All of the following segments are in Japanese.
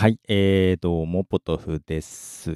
はい、どうも、ポトフです。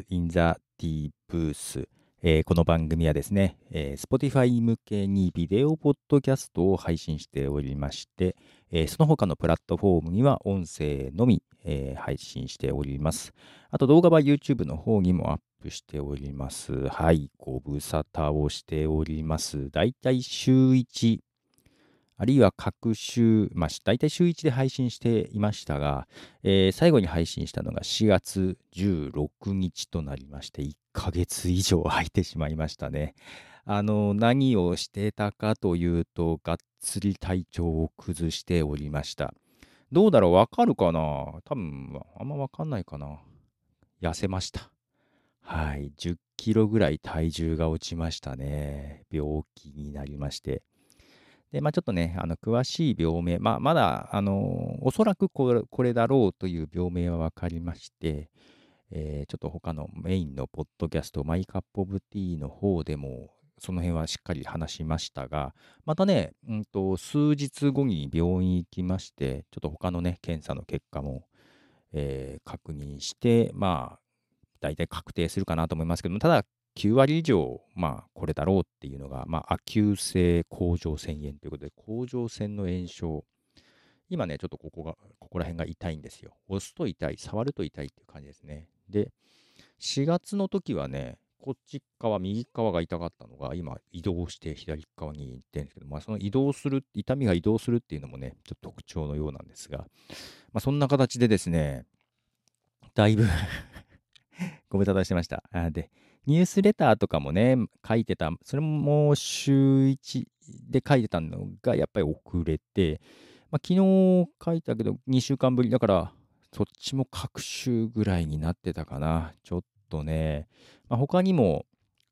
インザティーブース。この番組はですね、Spotify 向けにビデオポッドキャストを配信しておりまして、その他のプラットフォームには音声のみ、配信しております。あと動画は YouTube の方にもアップしております。はい、ご無沙汰をしております。だいたい週1、あるいは各週、大体週1で配信していましたが、最後に配信したのが4月16日となりまして、1ヶ月以上空いてしまいましたね。何をしてたかというと、がっつり体調を崩しておりました。どうだろう、わかるかな？多分、あんまわかんないかな。痩せました。はい、10キロぐらい体重が落ちましたね。病気になりまして。で、ちょっとね、詳しい病名、まだ、おそらくこれだろうという病名は分かりまして、ちょっと他のメインのポッドキャスト、マイカップオブティーの方でも、その辺はしっかり話しましたが、またね、数日後に病院行きまして、ちょっと他のね、検査の結果も、確認して、大体確定するかなと思いますけども、ただ、9割以上、これだろうっていうのが、亜急性甲状腺炎ということで、甲状腺の炎症。今ね、ちょっとここら辺が痛いんですよ。押すと痛い、触ると痛いっていう感じですね。で、4月の時はね、こっち側、右側が痛かったのが、今移動して左側に行ってるんですけど、その痛みが移動するっていうのもね、ちょっと特徴のようなんですが、そんな形でですね、だいぶご無沙汰してました。で、ニュースレターとかもね、書いてた、それももう週1で書いてたのがやっぱり遅れて、昨日書いたけど2週間ぶりだから、そっちも各週ぐらいになってたかな。ちょっとね、他にも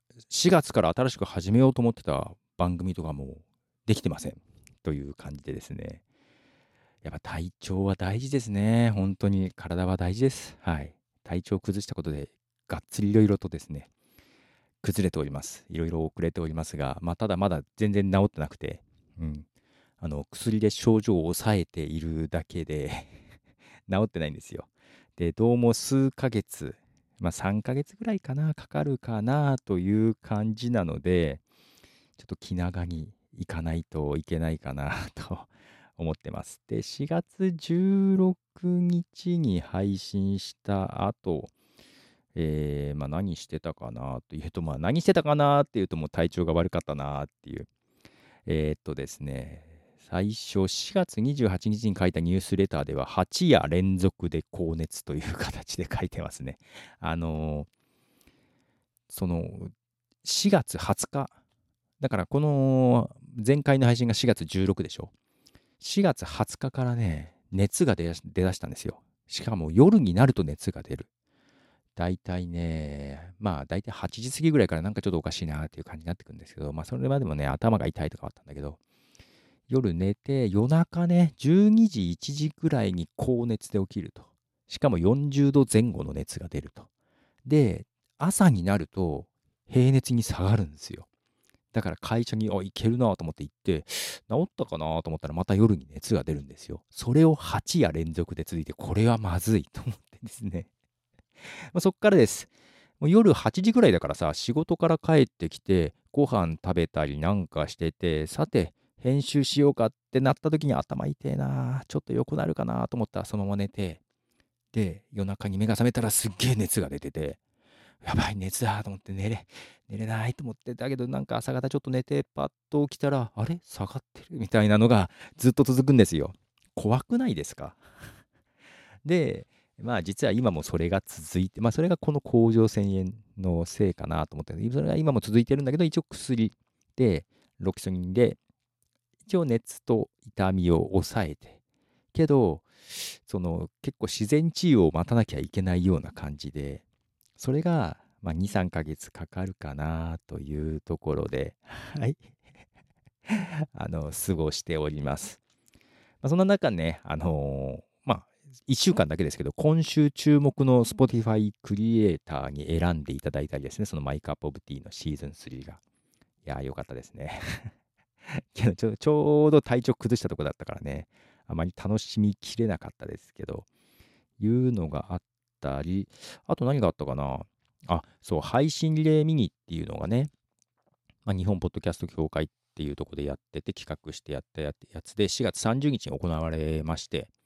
4月から新しく始めようと思ってた番組とかもできてません。という感じでですね。やっぱ体調は大事ですね。本当に体は大事です。はい。体調を崩したことで、がっつりいろいろとですね、崩れております。いろいろ遅れておりますが、ただまだ全然治ってなくて、うん。薬で症状を抑えているだけで治ってないんですよ。で、どうも数ヶ月、3ヶ月ぐらいかな、かかるかなという感じなので、ちょっと気長に行かないといけないかなと思ってます。で、4月16日に配信した後、何してたかなというと、何してたかなっていうと、もう体調が悪かったなっていう。ですね、最初4月28日に書いたニュースレターでは、8夜連続で高熱という形で書いてますね。あのーその4月20日、だからこの前回の配信が4月16でしょ。4月20日からね、熱が出だしたんですよ。しかも夜になると熱が出る。だいたいね、だいたい8時過ぎぐらいからなんかちょっとおかしいなっていう感じになってくるんですけど、それまでもね、頭が痛いとかあったんだけど、夜寝て、夜中ね、12時、1時ぐらいに高熱で起きると。しかも40度前後の熱が出ると。で、朝になると平熱に下がるんですよ。だから会社に、いけるなと思って行って、治ったかなと思ったらまた夜に熱が出るんですよ。それを8夜連続で続いて、これはまずいと思ってですね。そっからです。もう夜8時ぐらいだからさ、仕事から帰ってきて、ご飯食べたりなんかしてて、さて、編集しようかってなった時に頭痛えな、ちょっと良くなるかなと思ったらそのまま寝て、で、夜中に目が覚めたらすっげえ熱が出てて、やばい、熱だと思って寝れないと思って、だけどなんか朝方ちょっと寝て、パッと起きたら、あれ下がってるみたいなのがずっと続くんですよ。怖くないですか？で、実は今もそれが続いて、それがこの甲状腺炎のせいかなと思って、それが今も続いてるんだけど、一応薬で、ロキソニンで、一応熱と痛みを抑えて、けど、結構自然治癒を待たなきゃいけないような感じで、それが、2、3ヶ月かかるかなというところで、はい、過ごしております。そんな中ね、1週間だけですけど、今週注目の Spotify クリエイターに選んでいただいたりですね、そのマイカップオブティーのシーズン3が。いやー、よかったですね。けどちょうど体調崩したとこだったからね、あまり楽しみきれなかったですけど、いうのがあったり、あと何があったかな。そう、配信リレーミニっていうのがね、日本ポッドキャスト協会っていうところでやってて、企画してやったやつで、4月30日に行われまして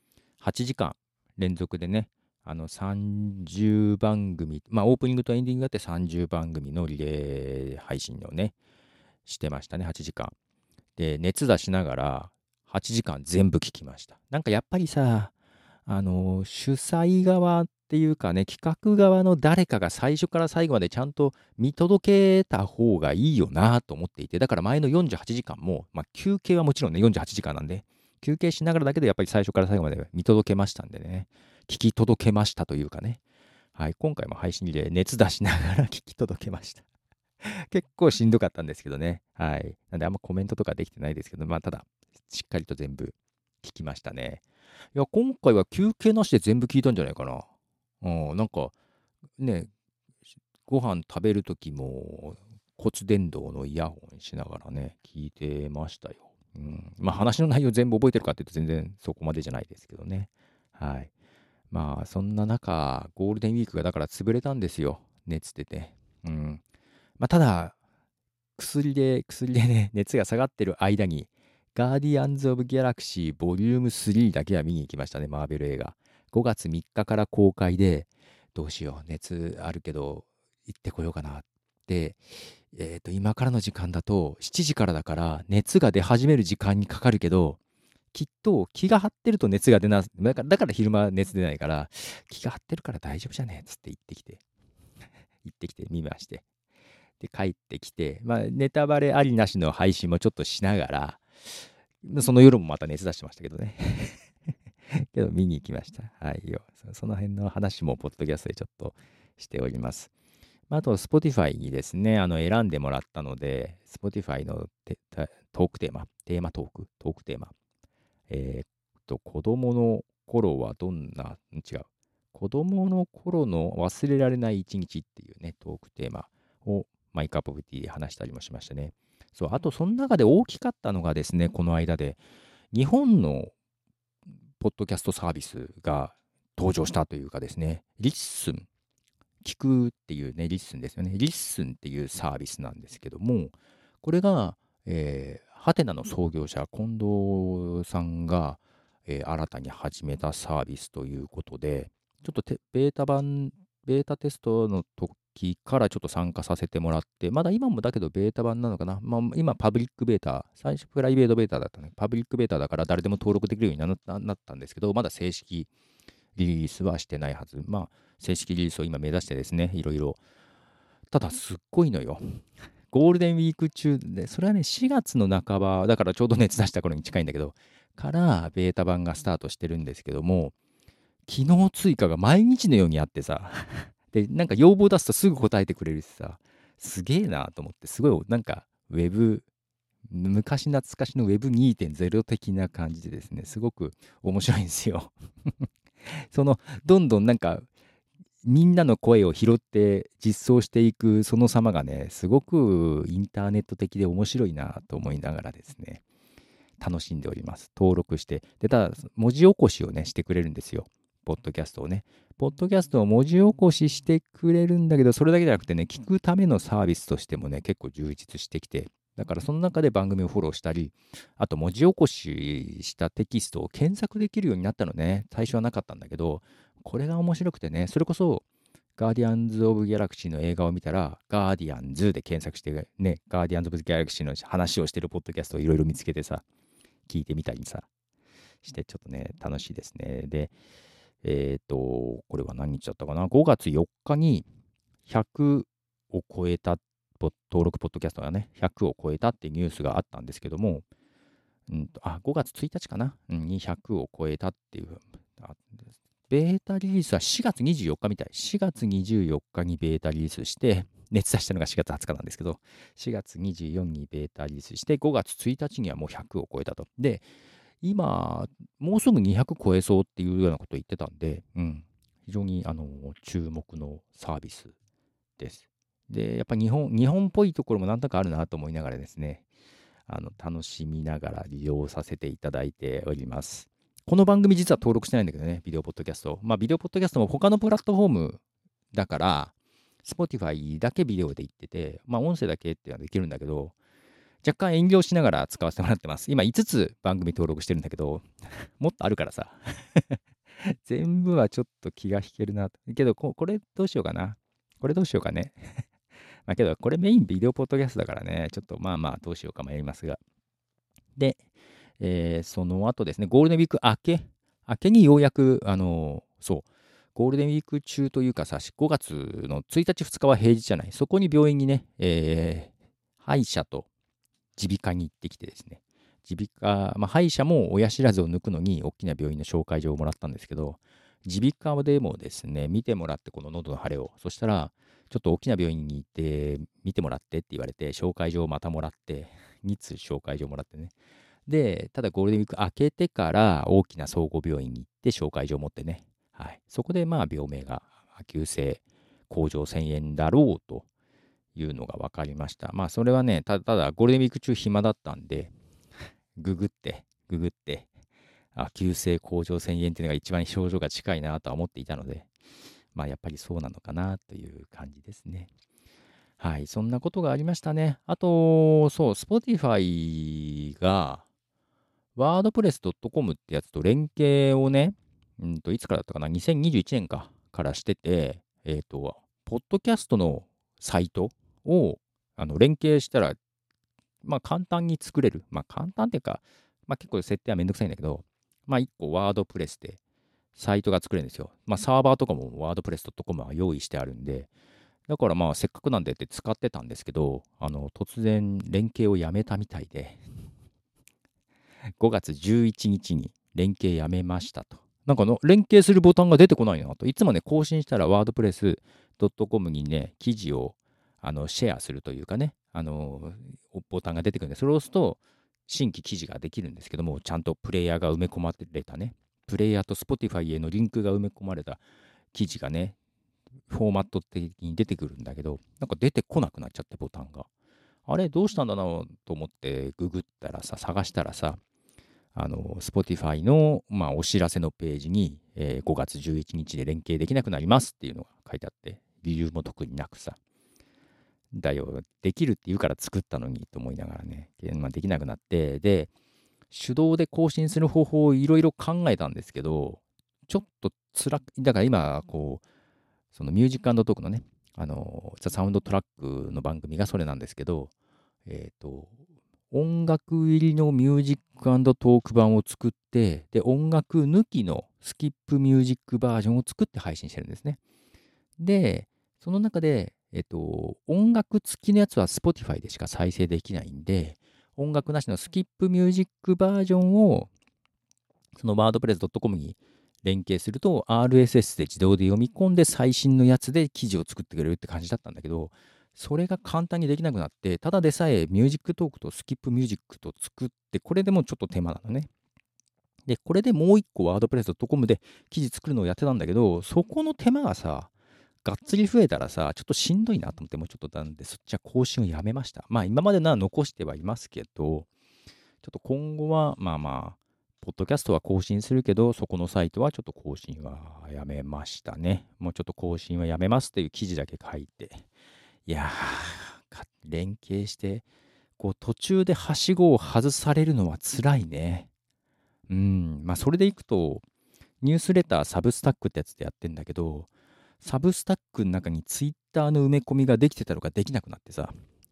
、8時間連続でね、30番組、オープニングとエンディングがあって30番組のリレー配信をね、してましたね、8時間。で、熱出しながら、8時間全部聞きました。なんかやっぱりさ、主催側っていうかね、企画側の誰かが最初から最後までちゃんと見届けた方がいいよなと思っていて、だから前の48時間も、休憩はもちろんね、48時間なんで、休憩しながらだけでやっぱり最初から最後まで見届けましたんでね、聞き届けましたというかね、はい、今回も配信で熱出しながら聞き届けました。結構しんどかったんですけどね、はい。なんであんまコメントとかできてないですけど、ただ、しっかりと全部聞きましたね。いや、今回は休憩なしで全部聞いたんじゃないかな。なんかね、ご飯食べるときも骨伝導のイヤホンしながらね、聞いてましたよ。話の内容全部覚えてるかっていうと全然そこまでじゃないですけどね。はい。そんな中、ゴールデンウィークがだから潰れたんですよ。熱出て。ただ、薬でね、熱が下がってる間に、ガーディアンズ・オブ・ギャラクシーボリューム3だけは見に行きましたね、マーベル映画。5月3日から公開で、どうしよう、熱あるけど、行ってこようかなって、今からの時間だと、7時からだから、熱が出始める時間にかかるけど、きっと気が張ってると熱が出な、だから昼間熱出ないから、気が張ってるから大丈夫じゃねえっつって行ってきて見まして。で、帰ってきて、ネタバレありなしの配信もちょっとしながら、その夜もまた熱出してましたけどね。けど見に行きました。はいよ。その辺の話もポッドキャストでちょっとしております。あと、Spotify にですね、選んでもらったので、Spotify のトークテーマ、トークテーマ。子供の頃はどんな、違う。子供の頃の忘れられない一日っていうね、トークテーマをマイカップオブティーで話したりもしましたね。そう、あと、その中で大きかったのがですね、この間で、日本のポッドキャストサービスが登場したというかですね、リッスン、聞くっていうね、リッスンですよね。リッスンっていうサービスなんですけども、これが、ハテナの創業者、近藤さんが、新たに始めたサービスということで、ちょっとベータテストの時からちょっと参加させてもらって、まだ今もだけどベータ版なのかな。今パブリックベータ、最初プライベートベータだったね。パブリックベータだから誰でも登録できるようになったんですけど、まだ正式リリースはしてないはず。正式リリースを今目指してですね、いろいろ。ただ、すっごいのよ。ゴールデンウィーク中で、それはね、4月の半ば、だからちょうど熱出した頃に近いんだけど、からベータ版がスタートしてるんですけども、機能追加が毎日のようにあってさ、で、なんか要望出すとすぐ答えてくれるしさ、すげえなと思って、すごいなんか、昔懐かしの Web2.0 的な感じでですね、すごく面白いんですよ。どんどんなんか、みんなの声を拾って実装していくその様がね、すごくインターネット的で面白いなと思いながらですね、楽しんでおります。登録して。で、ただ、文字起こしをね、してくれるんですよ。ポッドキャストをね。ポッドキャストを文字起こししてくれるんだけど、それだけじゃなくてね、聞くためのサービスとしてもね、結構充実してきて、だからその中で番組をフォローしたり、あと文字起こししたテキストを検索できるようになったのね。最初はなかったんだけど、これが面白くてね、それこそ、ガーディアンズ・オブ・ギャラクシーの映画を見たら、ガーディアンズで検索してね、ガーディアンズ・オブ・ギャラクシーの話をしてるポッドキャストをいろいろ見つけてさ、聞いてみたりさ、してちょっとね、楽しいですね。で、これは何日だったかな ?5 月4日に100を超えた、登録ポッドキャストがね、100を超えたっていうニュースがあったんですけども、5月1日かな、に100を超えたっていう、ベータリリースは4月24日みたい。4月24日にベータリリースして、熱出したのが4月20日なんですけど、4月24日にベータリリースして、5月1日にはもう100を超えたと。で、今、もうすぐ200超えそうっていうようなことを言ってたんで、非常に注目のサービスです。で、やっぱ日本っぽいところもなんとかあるなと思いながらですね、楽しみながら利用させていただいております。 この番組実は登録してないんだけどね、ビデオポッドキャスト。まあ、ビデオポッドキャストも他のプラットフォームだから、Spotify だけビデオで言ってて、まあ、音声だけっていうのはできるんだけど、若干遠慮しながら使わせてもらってます。今5つ番組登録してるんだけど、もっとあるからさ。全部はちょっと気が引けるな。けどこれどうしようかな。これどうしようかね。まあけど、これメインビデオポッドキャストだからね、ちょっとまあまあどうしようか迷いますが。で、その後ですね、ゴールデンウィーク明けにようやく、そう、ゴールデンウィーク中というかさ、5月の1日2日は平日じゃない。そこに病院にね、歯医者と耳鼻科に行ってきてですね、耳鼻科、まあ、歯医者も親知らずを抜くのに大きな病院の紹介状をもらったんですけど、耳鼻科でもですね、見てもらって、この喉の腫れを、そしたら、ちょっと大きな病院に行って見てもらってって言われて、紹介状をまたもらって、2通紹介状もらってね。で、ただゴールデンウィーク明けてから大きな総合病院に行って紹介状を持ってね、はい、そこでまあ病名が急性甲状腺炎だろうというのが分かりました。まあそれはね、ただゴールデンウィーク中暇だったんで、ググって、急性甲状腺炎っていうのが一番症状が近いなとは思っていたので、まあやっぱりそうなのかなという感じですね。はい、そんなことがありましたね。あと、そう、Spotify が、ワードプレス .com ってやつと連携をね、いつからだったかな、2021年からしてて、ポッドキャストのサイトを連携したら、まあ簡単に作れる。まあ簡単っていうか、まあ結構設定はめんどくさいんだけど、まあ1個ワードプレスでサイトが作れるんですよ。まあサーバーとかもワードプレス .com は用意してあるんで、だからまあせっかくなんでって使ってたんですけど、突然連携をやめたみたいで、5月11日に連携やめましたと。なんか連携するボタンが出てこないなと。いつもね、更新したらワードプレス .com にね、記事をシェアするというかね、ボタンが出てくるんで、それを押すと新規記事ができるんですけども、ちゃんとプレイヤーが埋め込まれたね、プレイヤーと Spotify へのリンクが埋め込まれた記事がね、フォーマット的に出てくるんだけど、なんか出てこなくなっちゃってボタンが。あれどうしたんだなと思ってググったらさ、探したらさ、Spotify の、まあ、お知らせのページに、5月11日で連携できなくなりますっていうのが書いてあって、理由も特になくさ、だよ、できるって言うから作ったのにと思いながらね、まあ、できなくなって、で、手動で更新する方法をいろいろ考えたんですけど、ちょっとだから今、こう、そのミュージックトークのね、ザ・サウンドトラックの番組がそれなんですけど、えっ、と、音楽入りのミュージックトーク版を作って、で、音楽抜きのスキップミュージックバージョンを作って配信してるんですね。で、その中で、音楽付きのやつは Spotify でしか再生できないんで、音楽なしのスキップミュージックバージョンを、そのワードプレス .com に連携すると RSS で自動で読み込んで最新のやつで記事を作ってくれるって感じだったんだけど、それが簡単にできなくなって、ただでさえミュージックトークとスキップミュージックと作って、これでもちょっと手間なのね。で、これでもう一個ワードプレス .com で記事作るのをやってたんだけど、そこの手間がさ、がっつり増えたらさ、ちょっとしんどいなと思って、もうちょっとなんで、そっちは更新をやめました。まあ今までのは残してはいますけど、ちょっと今後は、まあまあ、ポッドキャストは更新するけど、そこのサイトはちょっと更新はやめましたね。もうちょっと更新はやめますっていう記事だけ書いて。いやー、連携して、こう途中ではしごを外されるのは辛いね。まあそれでいくと、ニュースレターサブスタックってやつでやってんだけど、サブスタックの中にツイッターの埋め込みができてたのができなくなってさ、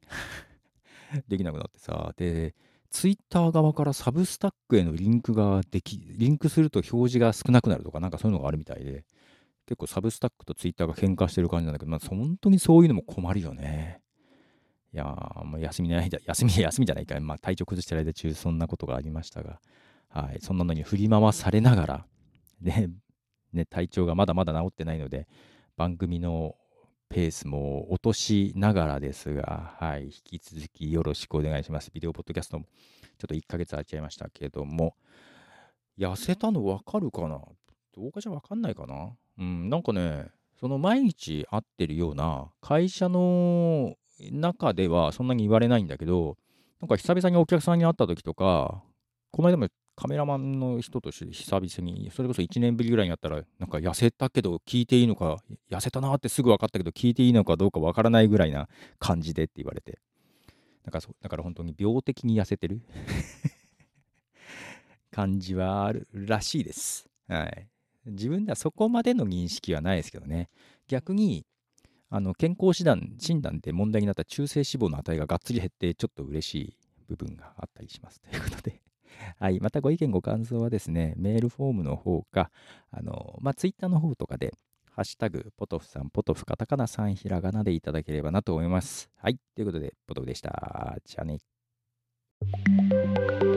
で、ツイッター側からサブスタックへのリンクリンクすると表示が少なくなるとか、なんかそういうのがあるみたいで、結構サブスタックとツイッターが喧嘩してる感じなんだけど、まあ本当にそういうのも困るよね。いやー、もう休みじゃないか、まあ体調崩してる間中、そんなことがありましたが、はい、そんなのに振り回されながら、体調がまだまだ治ってないので、番組のペースも落としながらですが、はい、引き続きよろしくお願いします。ビデオポッドキャストもちょっと1ヶ月空いちゃいましたけども、痩せたのわかるかな？動画じゃわかんないかな？なんかね、その毎日会ってるような会社の中ではそんなに言われないんだけど、なんか久々にお客さんに会った時とか、この間もカメラマンの人として久々に、それこそ1年ぶりぐらいになったら、なんか痩せたけど聞いていいのか、痩せたなってすぐ分かったけど聞いていいのかどうか分からないぐらいな感じでって言われて、だから本当に病的に痩せてる感じはあるらしいです。はい。自分ではそこまでの認識はないですけどね。逆に、健康診断で問題になった中性脂肪の値ががっつり減って、ちょっと嬉しい部分があったりします。ということで。はい。またご意見ご感想はですね、メールフォームの方か、ツイッターの方とかで、ハッシュタグ、ポトフさん、ポトフカタカナさんひらがなでいただければなと思います。はい。ということで、ポトフでした。じゃあね。